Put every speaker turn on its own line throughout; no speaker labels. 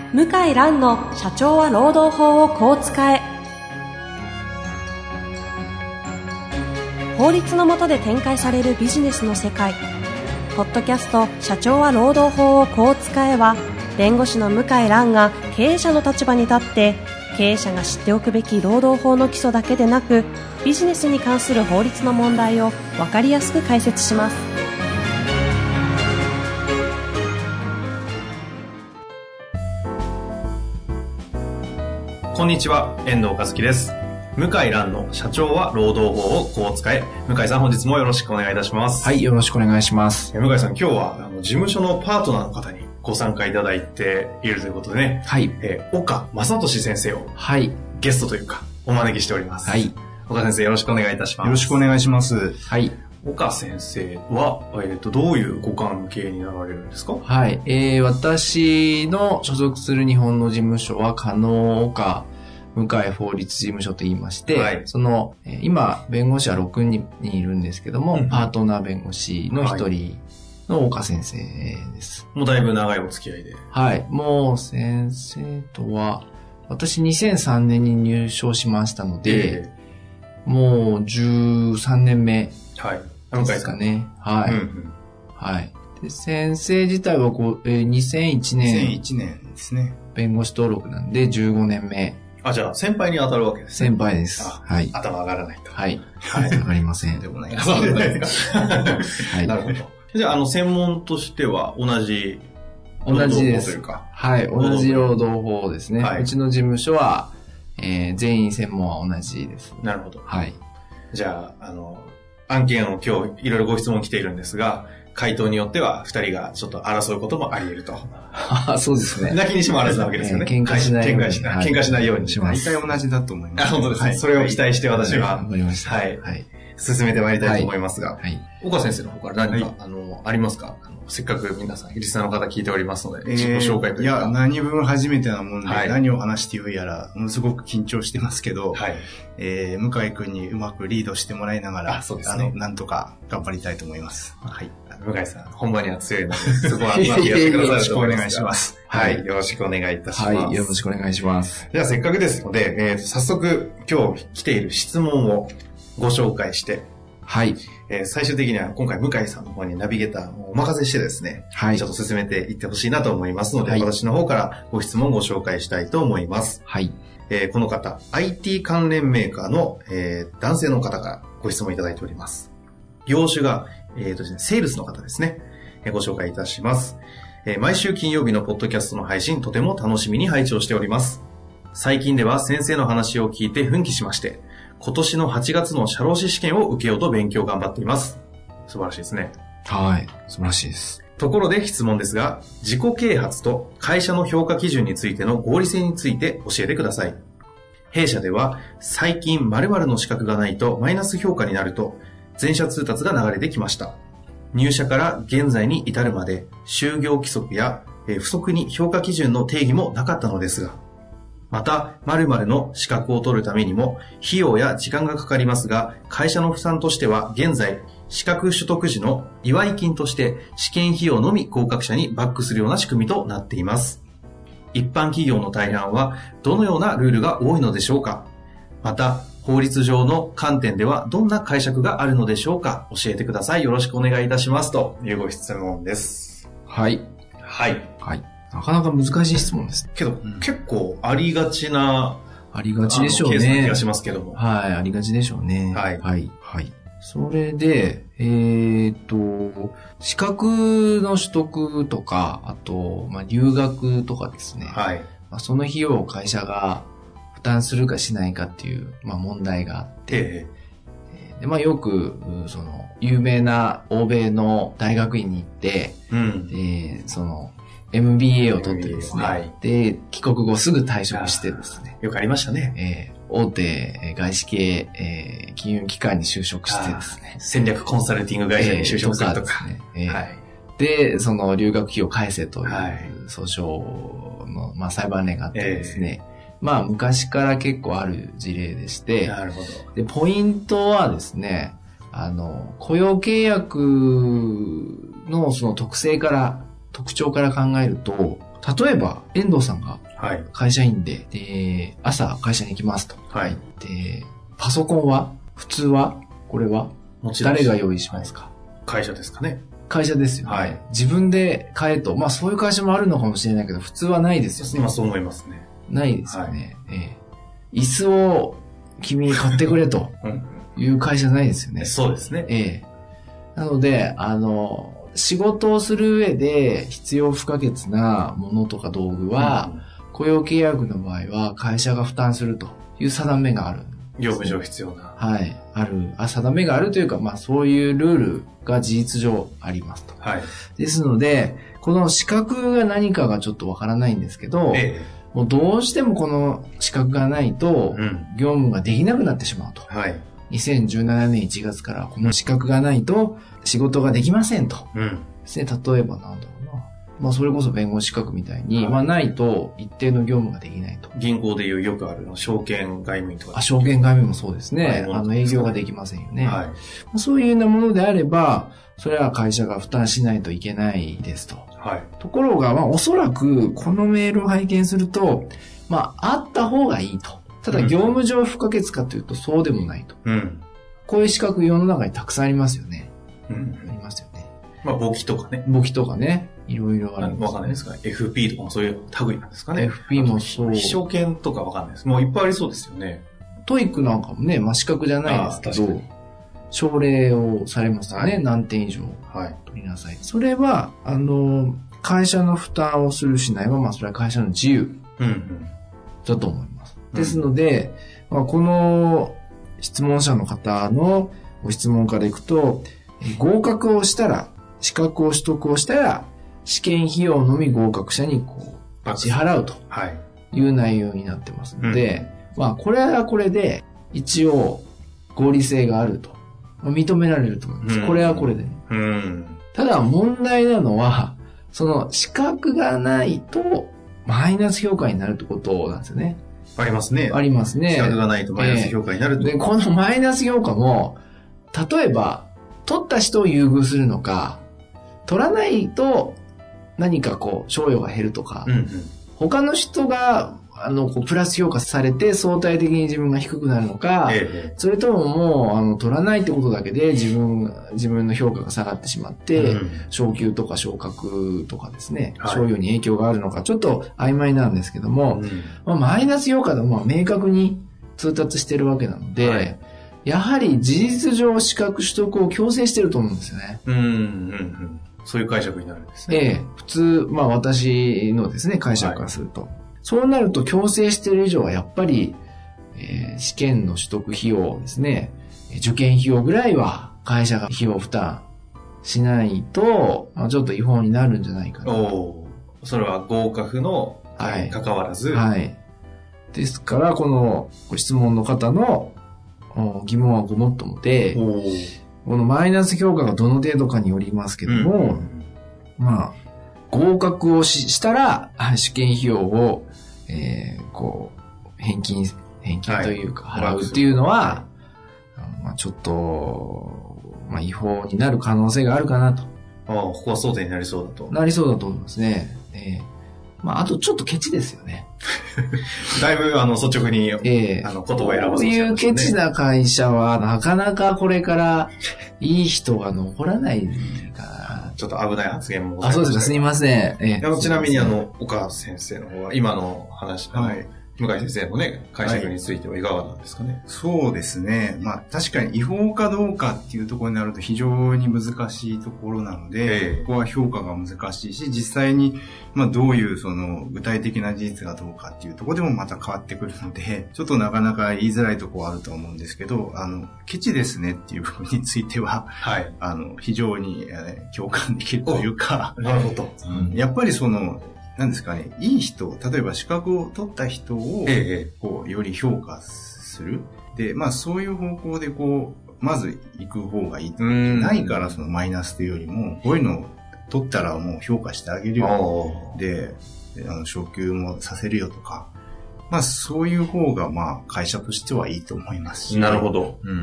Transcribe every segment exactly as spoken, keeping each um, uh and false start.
向井蘭の社長は労働法をこう使え。法律の下で展開されるビジネスの世界。ポッドキャスト社長は労働法をこう使えは、弁護士の向井蘭が経営者の立場に立って経営者が知っておくべき労働法の基礎だけでなく、ビジネスに関する法律の問題を分かりやすく解説します。
こんにちは、遠藤和樹です。向井蘭の社長は労働法をこう使え。向井さん、本日もよろしくお願いいたします。
はい、よろしくお願いします。
向井さん、今日はあの事務所のパートナーの方にご参加いただいているということでね、
はい、
えー、岡正俊先生を、
はい、
ゲストというかお招きしております。
はい、
岡先生、よろしくお願いいたします。
よろしくお願いします。
はい。
岡先生は、えーと、どういうご関係になられるんですか？
はい、えー、私の所属する日本の事務所は加納岡向井法律事務所と言いまして、はい、その今弁護士はろくにんいるんですけども、うん、パートナー弁護士の一人の岡先生です。
もうだいぶ長いお付き合いで。
はい。もう先生とは私にせんさんねんに入省しましたので、えー、もうじゅうさんねんめですかね。はい。うんうん、はい。で先生自体はこう、えー、にせんいちねん。
にせんいちねんですね。
弁護士登録なんでじゅうごねんめ。
あ、じゃあ先輩に当たるわけですね。
先輩です。はい。
頭上がらないと。
はい。はい。上がりません。
でもない。
そうですか。はい。なるほど。じゃあ、あの、専門としては同じ
同じです。
というか。
はい。同じ労働法ですね。はい。うちの事務所は、えー、全員専門は同じです。
なるほど。
はい。
じゃあ、あの、案件を今日いろいろご質問来ているんですが、回答によっては二人がちょっと争うこともあり得ると。
あそうですね。
泣きにしもあらずなわけですよね。
えー、喧嘩しないように。
喧嘩しない、はい、喧嘩しないようにします。
大体同じだと思います。
あ、本当ですね。はい、それを期待して私は、
わかりました。
はい。はい。進めてまいりたいと思いますが、はい。岡先生の方から何か、はい、あの、ありますか？あのせっかく皆さん、リスナーの方聞いておりますので、自己紹介というか。
いや、何分初めてなもんで、はい、何を話してよいやら、ものすごく緊張してますけど、はい。えー、向井くんにうまくリードしてもらいながら、
あ、そうですね。
あの、なんとか頑張りたいと思います。
はい。向井さん、本番には強いので、そこはうまくやってください。よろしくお願いします。はい。よろしくお願いいたします。
はい。よろしくお願いします。
じゃあ、せっかくですので、えー、早速、今日来ている質問をご紹介して、
はい。
えー、最終的には今回向井さんの方にナビゲーターをお任せしてですね、はい。ちょっと進めていってほしいなと思いますので、はい、私の方からご質問をご紹介したいと思います。
はい。
えー、この方、アイティー 関連メーカーの、えー、男性の方からご質問いただいております。業種が、えーとですね、セールスの方ですね。えー、ご紹介いたします。えー、毎週金曜日のポッドキャストの配信、とても楽しみに拝聴しております。最近では先生の話を聞いて奮起しまして、今年のはちがつの社労士試験を受けようと勉強頑張っています。素晴らしいですね。
はい。素晴らしいです。
ところで質問ですが、自己啓発と会社の評価基準についての合理性について教えてください。弊社では、最近〇〇の資格がないとマイナス評価になると、全社通達が流れてきました。入社から現在に至るまで、就業規則や不足に評価基準の定義もなかったのですが、また、〇〇の資格を取るためにも、費用や時間がかかりますが、会社の負担としては、現在、資格取得時の祝い金として、試験費用のみ合格者にバックするような仕組みとなっています。一般企業の大半は、どのようなルールが多いのでしょうか？また、法律上の観点では、どんな解釈があるのでしょうか？教えてください。よろしくお願いいたします。というご質問です。
はい。
はい。
はい。なかなか難しい質問です。
けど、うん、結構ありがちな、
ありがちでしょうね。
ケースな気がしますけども。
はい、ありがちでしょうね。
はい。
はい。はい。それで、えーと、資格の取得とか、あと、まあ、留学とかですね。
はい。
まあ、その費用を会社が負担するかしないかっていう、まあ、問題があって、えー、で、まあ、よく、その、有名な欧米の大学院に行って、うん、で、その、エムビーエー を取ってですね、はい、で、帰国後すぐ退職してですね。
よくありましたね。
えー、大手外資系、えー、金融機関に就職してですね。
戦略コンサルティング会社に就職するとか。
えー、とかですね。えーはい、で、その留学費を返せという訴訟の、まあ、裁判例があってですね。えー、まあ、昔から結構ある事例でして。
なるほど。
で、ポイントはですね、あの、雇用契約のその特性から、特徴から考えると、 例えば、遠藤さんが会社員で、で、朝会社に行きますと。
はい。
で、パソコンは、普通は、これは、誰が用意しますか？はい、
会社ですかね。
会社ですよね。はい。自分で買えと。まあそういう会社もあるのかもしれないけど、普通はないですよね。
今そう思いますね。
ないですよね。はい、ええ。椅子を君に買ってくれという会社ないですよね。
そうですね。
ええ。なので、あの、仕事をする上で必要不可欠なものとか道具は、うん、雇用契約の場合は会社が負担するという定めがある。
業務上必要な。
はい。ある。あ、定めがあるというか、まあそういうルールが事実上ありますと。
はい。
ですので、この資格が何かがちょっとわからないんですけど、ええ、もうどうしてもこの資格がないと、業務ができなくなってしまうと。
はい。
にせんじゅうななねんいちがつからこの資格がないと仕事ができませんと。
うん。
ですね。例えばなんだろうな。まあそれこそ弁護士資格みたいに、はい、まあないと一定の業務ができないと。
銀行でいうよくあるの証券外務員とか。
あ、証券外務もそうですね。あの営業ができませんよね。はい。そういうようなものであれば、それは会社が負担しないといけないですと。
はい。
ところが、まあおそらくこのメールを拝見すると、まああった方がいいと。ただ業務上不可欠かというとそうでもないと。
うん。
こういう資格世の中にたくさんありますよね。
うん。
ありますよね。
まあ簿記とかね。
簿記とかね。いろいろあるんです、ね。
わかんないですか ?エフピー とかもそういう類なんですかね。
エフピー もそう。
秘書券とかわかんないです。もういっぱいありそうですよね。
トイックなんかもね、まあ資格じゃないですけど、奨励をされますよね。はい、何点以上取りなさい。それは、あの、会社の負担をするしないは、まあそれは会社の自由だと思います。うんうん、ですので、まあ、この質問者の方のご質問からいくと、合格をしたら、資格を取得をしたら、試験費用のみ合格者にこう支払うという内容になってますので、うん、まあこれはこれで一応合理性があると認められると思います。うん、これはこれで、ね
うん。
ただ問題なのは、その資格がないとマイナス評価になるってことなんですよね。
ありますね。
ありますね。
資格がないとマイナス評価になると、
えー、で、このマイナス評価も、例えば、取った人を優遇するのか、取らないと何かこう、賞与が減るとか、
うんうん、
他の人が、あの、こう、プラス評価されて相対的に自分が低くなるのか、
ええ、
それとももう、あの、取らないってことだけで自分、自分の評価が下がってしまって、うん、昇給とか昇格とかですね、賞与に影響があるのか、ちょっと曖昧なんですけども、うん、まあ、マイナス評価でもまあ明確に通達してるわけなので、はい、やはり事実上資格取得を強制してると思うんですよね。
うんうんうん、そういう解釈になるんですね。
ええ、普通、まあ私のですね、解釈からすると。はい、そうなると強制している以上はやっぱり、えー、試験の取得費用ですね、受験費用ぐらいは会社が費用負担しないと、まあ、ちょっと違法になるんじゃないかな。
おー、それは合格の関わらず、
はい。はい。ですから、このご質問の方の疑問はごもっともで、このマイナス評価がどの程度かによりますけども、うん、まあ、合格を し, したら、試験費用を、えー、こう、返金、返金というか、払うっていうのは、はい、まあ、ちょっと、まあ、違法になる可能性があるかなと。
ああ、ここは争点になりそうだと。
なりそうだと思いますね。えー、まあ、あとちょっとケチですよね。
だいぶ、あの、率直に、えー、あの、言葉を選ばせて、ね。
こういうケチな会社は、なかなかこれから、いい人が残らないかな。
ちょっと危ない発言もございます。
あ、そうですか。すみません。
えー、ちなみに、あの、岡先生の方は、今の話、はい、向井先生のね、解釈についてはいかがなんですかね。はい、
そうですね。まあ、確かに違法かどうかっていうところになると非常に難しいところなので、えー、ここは評価が難しいし、実際に、まあ、どういうその具体的な事実がどうかっていうところでもまた変わってくるので、ちょっとなかなか言いづらいところはあると思うんですけど、あの、ケチですねっていう部分については、はい、あの、非常に、えー、共感できるというか、
なるほど。
うん、やっぱりその、なんですかね、いい人、例えば資格を取った人を、こう、より評価する。で、まあそういう方向でこう、まず行く方がいい。ないからそのマイナスというよりも、こういうのを取ったらもう評価してあげるよ。で、あの、昇給もさせるよとか。まあそういう方がまあ会社としてはいいと思いますし。
なるほど。うん。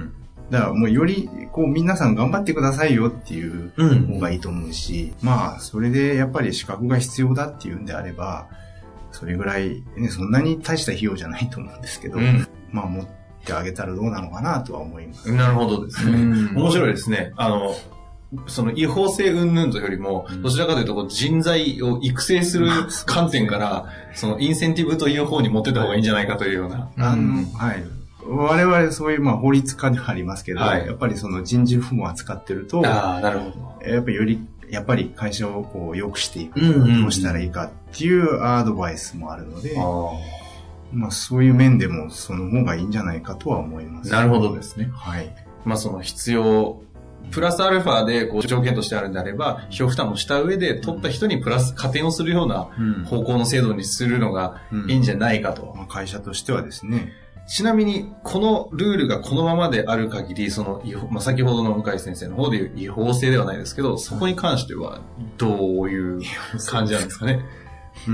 だからもうより、こう皆さん頑張ってくださいよっていう方がいいと思うし、うん、まあ、それでやっぱり資格が必要だっていうんであれば、それぐらい、ね、そんなに大した費用じゃないと思うんですけど、うん、まあ持ってあげたらどうなのかなとは思います。
なるほどですね。面白いですね。あの、その違法性云々というよりも、どちらかというと人材を育成する観点から、そのインセンティブという方に持ってた方がいいんじゃないかというような。
あの、はい。我々そういうまあ法律家ではありますけど、はい、やっぱりその人事部門を扱ってると、
ああ、なるほど。
やっぱりより、やっぱり会社をこう良くしていく、うんうん、どうしたらいいかっていうアドバイスもあるので、あまあそういう面でもその方がいいんじゃないかとは思います。
なるほどですね。
はい。
まあその必要、プラスアルファでこう条件としてあるんであれば、費用負担もした上で取った人にプラス加点をするような方向の制度にするのがいいんじゃないかと。うんうん
まあ、会社としてはですね。
ちなみに、このルールがこのままである限り、その、まあ、先ほどの向井先生の方でいう違法性ではないですけど、そこに関してはどういう感じなんですかね。
うん、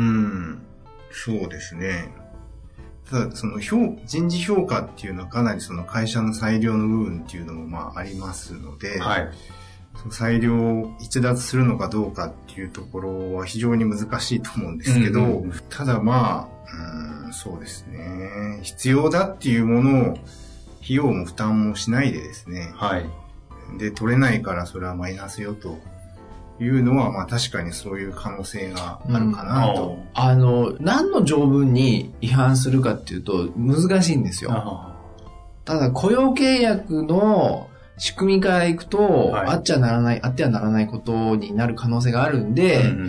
そうですね。ただ、その評、人事評価っていうのはかなりその会社の裁量の部分っていうのもまあありますので、はい。その裁量を逸脱するのかどうかっていうところは非常に難しいと思うんですけど、うんうん、ただまあ、うん、そうですね。必要だっていうものを、費用も負担もしないでですね。はい。で、取れないからそれはマイナスよというのは、まあ確かにそういう可能性があるかなと。うん、
あの、何の条文に違反するかっていうと難しいんですよ。ただ雇用契約の仕組みからいくと、はい、あっちゃならない、あってはならないことになる可能性があるんで、うんうん、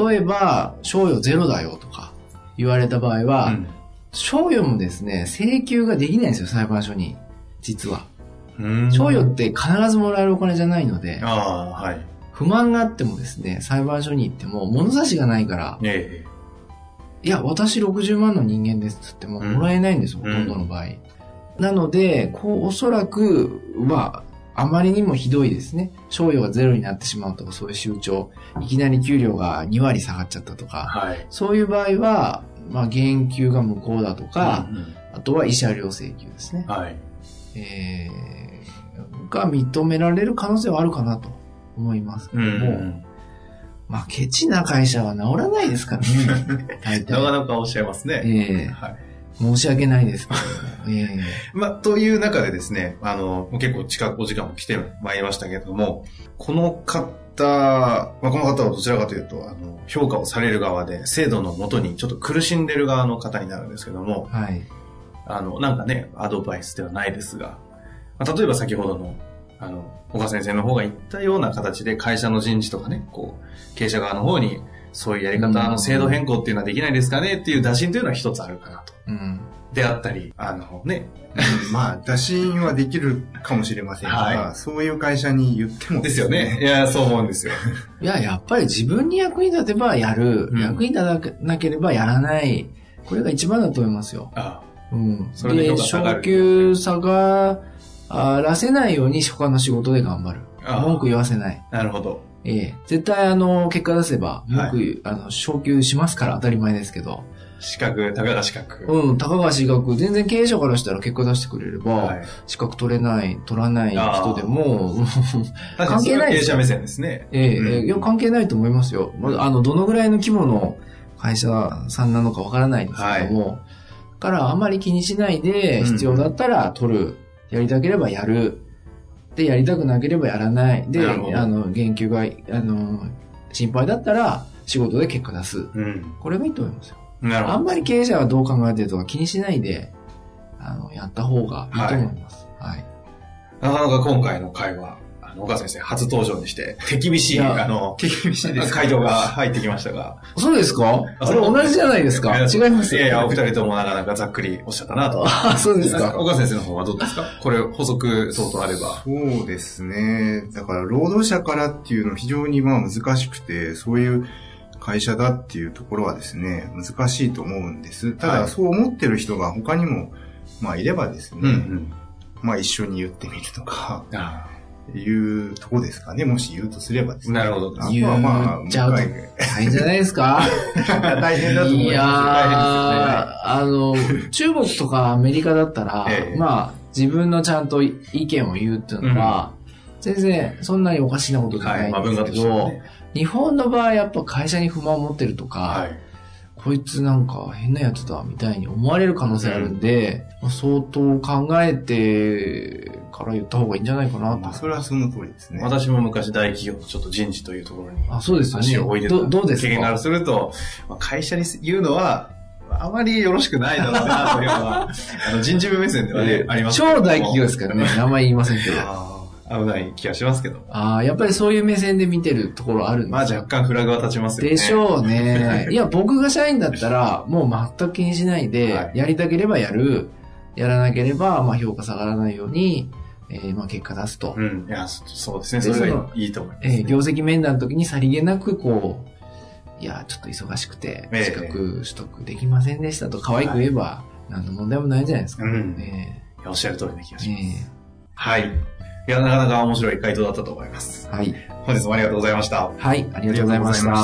例えば、賞与ゼロだよとか、言われた場合は、うん、賞与もですね、請求ができないんですよ、裁判所に。実は。賞与って必ずもらえるお金じゃないので、あ、はい、不満があってもですね、裁判所に行っても物差しがないから、ええ、いや、私ろくじゅうまんの人間ですって言ってももらえないんですよ、うん、ほとんどの場合。なので、こう、おそらくは、あまりにもひどいですね。賞与がゼロになってしまうとか、そういう周知、いきなり給料がにわり下がっちゃったとか、はい、そういう場合は、まあ、減給が無効だとか、うんうん、あとは慰謝料請求ですね。はい、えー、が認められる可能性はあるかなと思いますけども、うんうん、まあ、ケチな会社は治らないですからね。
なかなかおっしゃいますね。
えーはい申し訳ないですけど、ね
えー、まあ、という中でですね、あの、結構近くお時間も来てまいりましたけれども、この方、まあ、この方はどちらかというと、あの、評価をされる側で、制度のもとにちょっと苦しんでる側の方になるんですけども、はい。あの、なんかね、アドバイスではないですが、まあ、例えば先ほどの、あの、岡先生の方が言ったような形で会社の人事とかね、こう、経営者側の方に、そういうやり方の制度変更っていうのはできないですかねっていう打診というのは一つあるかなと。うん、であったり、あのね。
まあ、打診はできるかもしれませんが、はい、そういう会社に言っても
ですよね。いや、そう思うんですよ。
いや、やっぱり自分に役に立てばやる、うん、役に立たなければやらない。これが一番だと思いますよ。ああうん、それで評価下がる。昇給下がらせないように他の仕事で頑張る。文句言わせない。
なるほど。
ええ、絶対あの、結果出せば、よく、はい、あの、昇給しますから当たり前ですけど。
資格、たかが資格。
うん、たかが資格。全然経営者からしたら結果出してくれれば、はい、資格取れない、取らない人でも、
関係ないです。経営者目線ですね。
ええ、うん、いや、関係ないと思いますよ。あの、どのぐらいの規模の会社さんなのかわからないですけども、はい、だからあまり気にしないで、必要だったら取る。やりたければやる。で、やりたくなければやらない。で、あの、減給が、あの、心配だったら、仕事で結果出す。うん、これがいいと思いますよ。なるほど。あんまり経営者はどう考えてるとか気にしないで、あの、やった方がいいと思います。はい。はい、
なかなか今回の会話、あの、岡先生初登場にして、手厳しい、あの、手厳しいです回答が入ってきましたが。
そうですかあれ同じじゃないですか違いますよ、ね。
いやいや、お二人ともなかなかざっくりおっしゃったなと。
あ、そうですか。
岡先生の方はどうですかこれ補足等々あれば。
そうですね。だから、労働者からっていうのは非常にまあ難しくて、そういう会社だっていうところはですね、難しいと思うんです。ただ、そう思ってる人が他にも、まあいればですね、うんうん、まあ一緒に言ってみるとか、あいうとこですかね。もし言うとすればですね。
なるほど。
あとはまあ、言っちゃうと大変じゃないですか
大変だと思います。いやー、
あの、中国とかアメリカだったら、ええ、まあ、 自分のちゃんと意見を言うっていうのは、うん、全然そんなにおかしなことじゃないんですけど、はいまあね、日本の場合やっぱ会社に不満を持ってるとか、はい、こいつなんか変なやつだみたいに思われる可能性あるんで、うん、相当考えてから言った方がいいんじゃないかなと。まあ、
それはその通りですね。
私も昔大企業のちょっと人事というところに
あ、そうですよね。
足を置いてた
どうですか。
経験からすると、会社に言うのはあまりよろしくないだろうなというのはあの人事部目線ではねありますけど。
超大企業ですからね。名前言いませんけど。
危ない気がしますけど。
ああ、やっぱりそういう目線で見てるところあるんですよ。
まあ若干フラグは立ちますよね。
でしょうね。いや、僕が社員だったら、もう全く気にしないで、はい、やりたければやる、やらなければ、まあ評価下がらないように、えー、まあ結果出すと。
うん。いや、そうですね。それはいいと思います、ね。
えー、業績面談の時にさりげなく、こう、いや、ちょっと忙しくて、資格取得できませんでしたと、可愛く言えば、何の問題もないんじゃないですか。うん。
えー、おっしゃる通りな気がします。えー、はい。いや、なかなか面白い回答だったと思います。
はい。
本日もありがとうございました。
はい、ありがとうございました。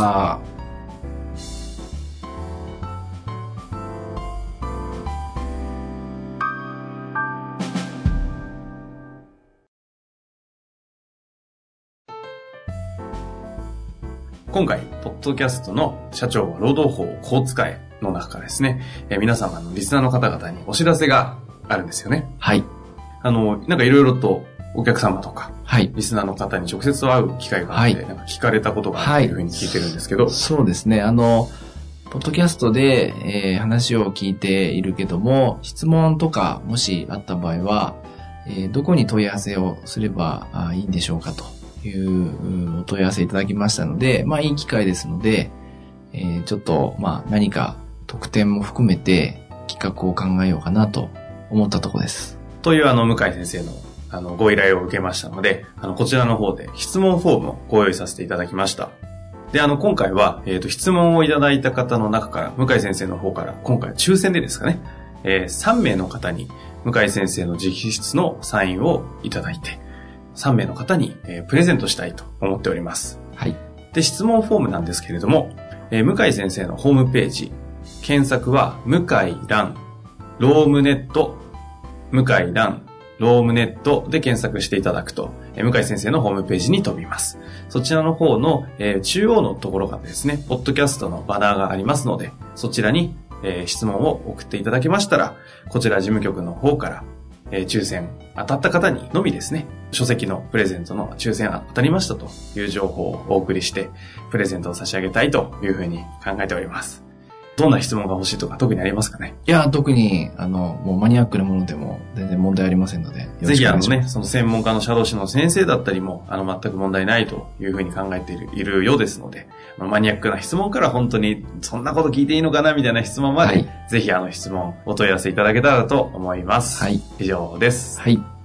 今回、ポッドキャストの社長は労働法をこう使えの中からですね、えー、皆様のリスナーの方々にお知らせがあるんですよね。
はい。
あの、なんかいろいろとお客様とか、
はい、
リスナーの方に直接会う機会があって、はい、なんか聞かれたことがあるというふうに聞いてるんですけど、はい、
そうですね。あの、ポッドキャストで、えー、話を聞いているけども、質問とかもしあった場合は、えー、どこに問い合わせをすればあいいんでしょうかというお問い合わせいただきましたので、まあいい機会ですので、えー、ちょっとまあ何か特典も含めて企画を考えようかなと思ったところです。
というあの向井先生のあの、ご依頼を受けましたので、あの、こちらの方で質問フォームをご用意させていただきました。で、あの、今回は、えっと、質問をいただいた方の中から、向井先生の方から、今回抽選でですかね、えー、さんめいの方に、向井先生の直筆のサインをいただいて、さんめいの方に、えー、プレゼントしたいと思っております。
はい。
で、質問フォームなんですけれども、えー、向井先生のホームページ、検索は、向井蘭、ロームネット、向井蘭、ロームネットで検索していただくと、えー、向井先生のホームページに飛びます。そちらの方の、えー、中央のところがですね、ポッドキャストのバナーがありますので、そちらに、えー、質問を送っていただけましたら、こちら事務局の方から、えー、抽選当たった方にのみですね、書籍のプレゼントの抽選当たりましたという情報をお送りして、プレゼントを差し上げたいというふうに考えております。どんな質問が欲しいとか特にありますかね？
いや、特に、あの、もうマニアックなものでも全然問題ありませんので。
ぜひあのね、その専門家の社労士の先生だったりも、あの、全く問題ないというふうに考えている、いるようですので、まあ、マニアックな質問から本当に、そんなこと聞いていいのかなみたいな質問まで、はい、ぜひあの質問お問い合わせいただけたらと思います。
はい。
以上です。
はい。